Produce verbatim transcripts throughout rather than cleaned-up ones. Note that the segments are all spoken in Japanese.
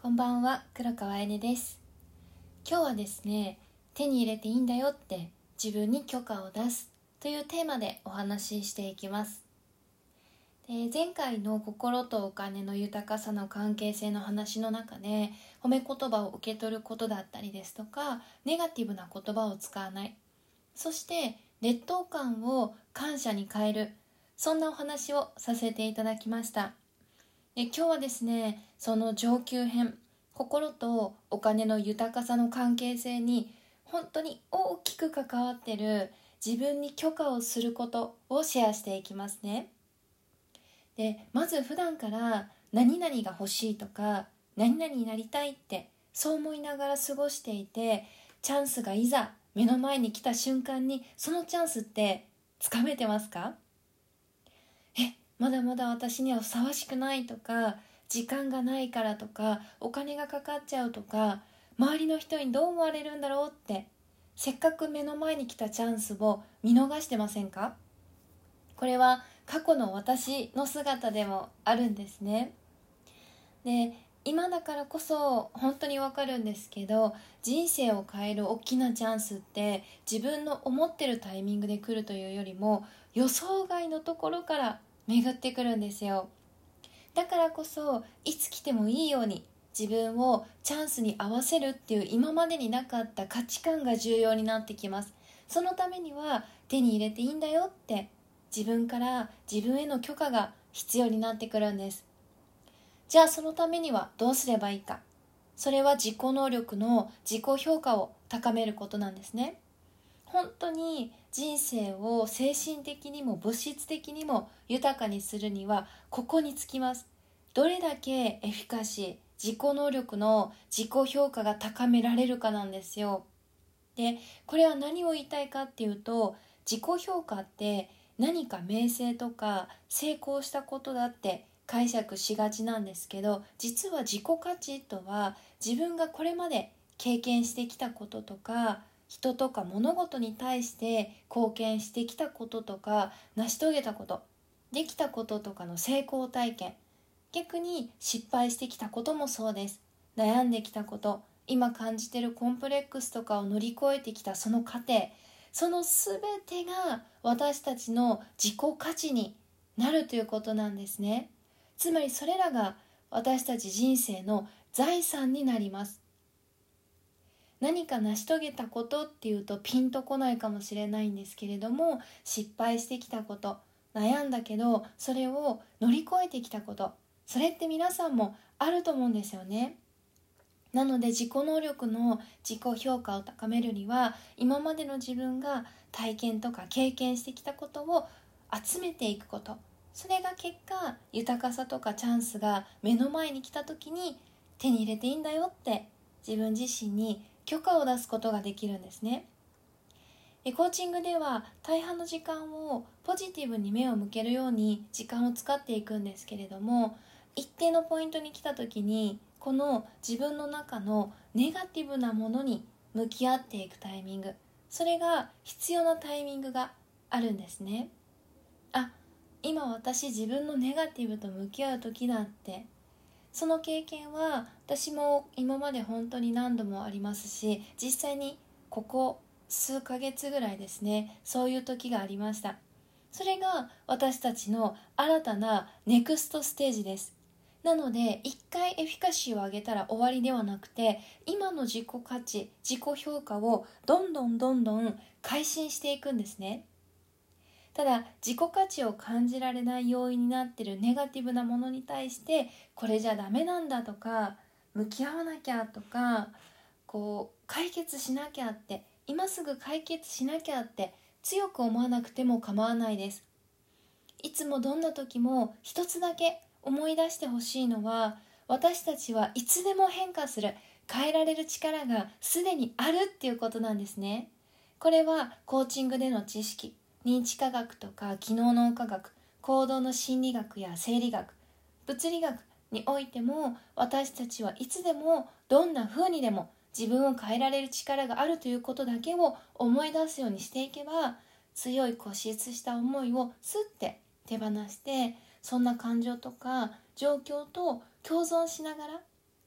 こんばんは、黒川あやねです。今日はですね、手に入れていいんだよって自分に許可を出すというテーマでお話ししていきます。で前回の心とお金の豊かさの関係性の話の中で、褒め言葉を受け取ることだったりですとか、ネガティブな言葉を使わない、そして劣等感を感謝に変える、そんなお話をさせていただきました。で今日はですね、その上級編、心とお金の豊かさの関係性に本当に大きく関わっている自分に許可をすることをシェアしていきますね。でまず普段から何々が欲しいとか何々になりたいってそう思いながら過ごしていて、チャンスがいざ目の前に来た瞬間にそのチャンスってつかめてますか？えまだまだ私にはふさわしくないとか、時間がないからとか、お金がかかっちゃうとか、周りの人にどう思われるんだろうって、せっかく目の前に来たチャンスを見逃してませんか？これは過去の私の姿でもあるんですね。で今だからこそ本当にわかるんですけど、人生を変える大きなチャンスって自分の思ってるタイミングで来るというよりも、予想外のところから巡ってくるんですよ。だからこそいつ来てもいいように自分をチャンスに合わせるっていう今までになかった価値観が重要になってきます。そのためには手に入れていいんだよって自分から自分への許可が必要になってくるんです。じゃあそのためにはどうすればいいか。それは自己能力の自己評価を高めることなんですね。本当に人生を精神的にも物質的にも豊かにするにはここにつきます。どれだけエフィカシー、自己能力の自己評価が高められるかなんですよ。でこれは何を言いたいかっていうと、自己評価って何か名声とか成功したことだって解釈しがちなんですけど、実は自己価値とは自分がこれまで経験してきたこととか、人とか物事に対して貢献してきたこととか、成し遂げたこと、できたこととかの成功体験、逆に失敗してきたこともそうです。悩んできたこと、今感じているコンプレックスとかを乗り越えてきたその過程、その全てが私たちの自己価値になるということなんですね。つまりそれらが私たち人生の財産になります。何か成し遂げたことっていうとピンとこないかもしれないんですけれども、失敗してきたこと、悩んだけどそれを乗り越えてきたこと、それって皆さんもあると思うんですよね。なので自己能力の自己評価を高めるには、今までの自分が体験とか経験してきたことを集めていくこと、それが結果豊かさとかチャンスが目の前に来た時に手に入れていいんだよって自分自身に許可を出すことができるんですね。でコーチングでは大半の時間をポジティブに目を向けるように時間を使っていくんですけれども、一定のポイントに来た時にこの自分の中のネガティブなものに向き合っていくタイミング、それが必要なタイミングがあるんですね。あ、今私自分のネガティブと向き合う時だって、その経験は私も今まで本当に何度もありますし、実際にここ数ヶ月ぐらいですね、そういう時がありました。それが私たちの新たなネクストステージです。なので一回エフィカシーを上げたら終わりではなくて、今の自己価値、自己評価をどんどんどんどん改進していくんですね。ただ自己価値を感じられない要因になっているネガティブなものに対して、これじゃダメなんだとか、向き合わなきゃとか、こう解決しなきゃって、今すぐ解決しなきゃって強く思わなくても構わないです。いつもどんな時も一つだけ思い出してほしいのは、私たちはいつでも変化する、変えられる力がすでにあるっていうことなんですね。これはコーチングでの知識、認知科学とか機能脳科学、行動の心理学や生理学、物理学においても、私たちはいつでもどんな風にでも自分を変えられる力があるということだけを思い出すようにしていけば、強い固執した思いをスッて手放して、そんな感情とか状況と共存しながら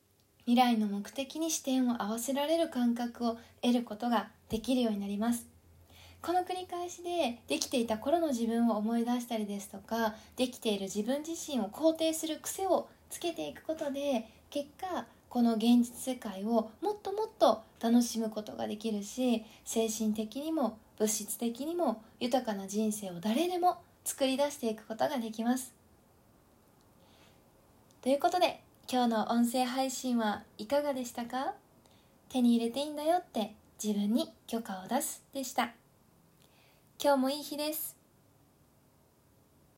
未来の目的に視点を合わせられる感覚を得ることができるようになります。この繰り返しでできていた頃の自分を思い出したりですとか、できている自分自身を肯定する癖をつけていくことで、結果この現実世界をもっともっと楽しむことができるし、精神的にも物質的にも豊かな人生を誰でも作り出していくことができます。ということで、今日の音声配信はいかがでしたか？手に入れていいんだよって自分に許可を出すでした。今日もいい日です。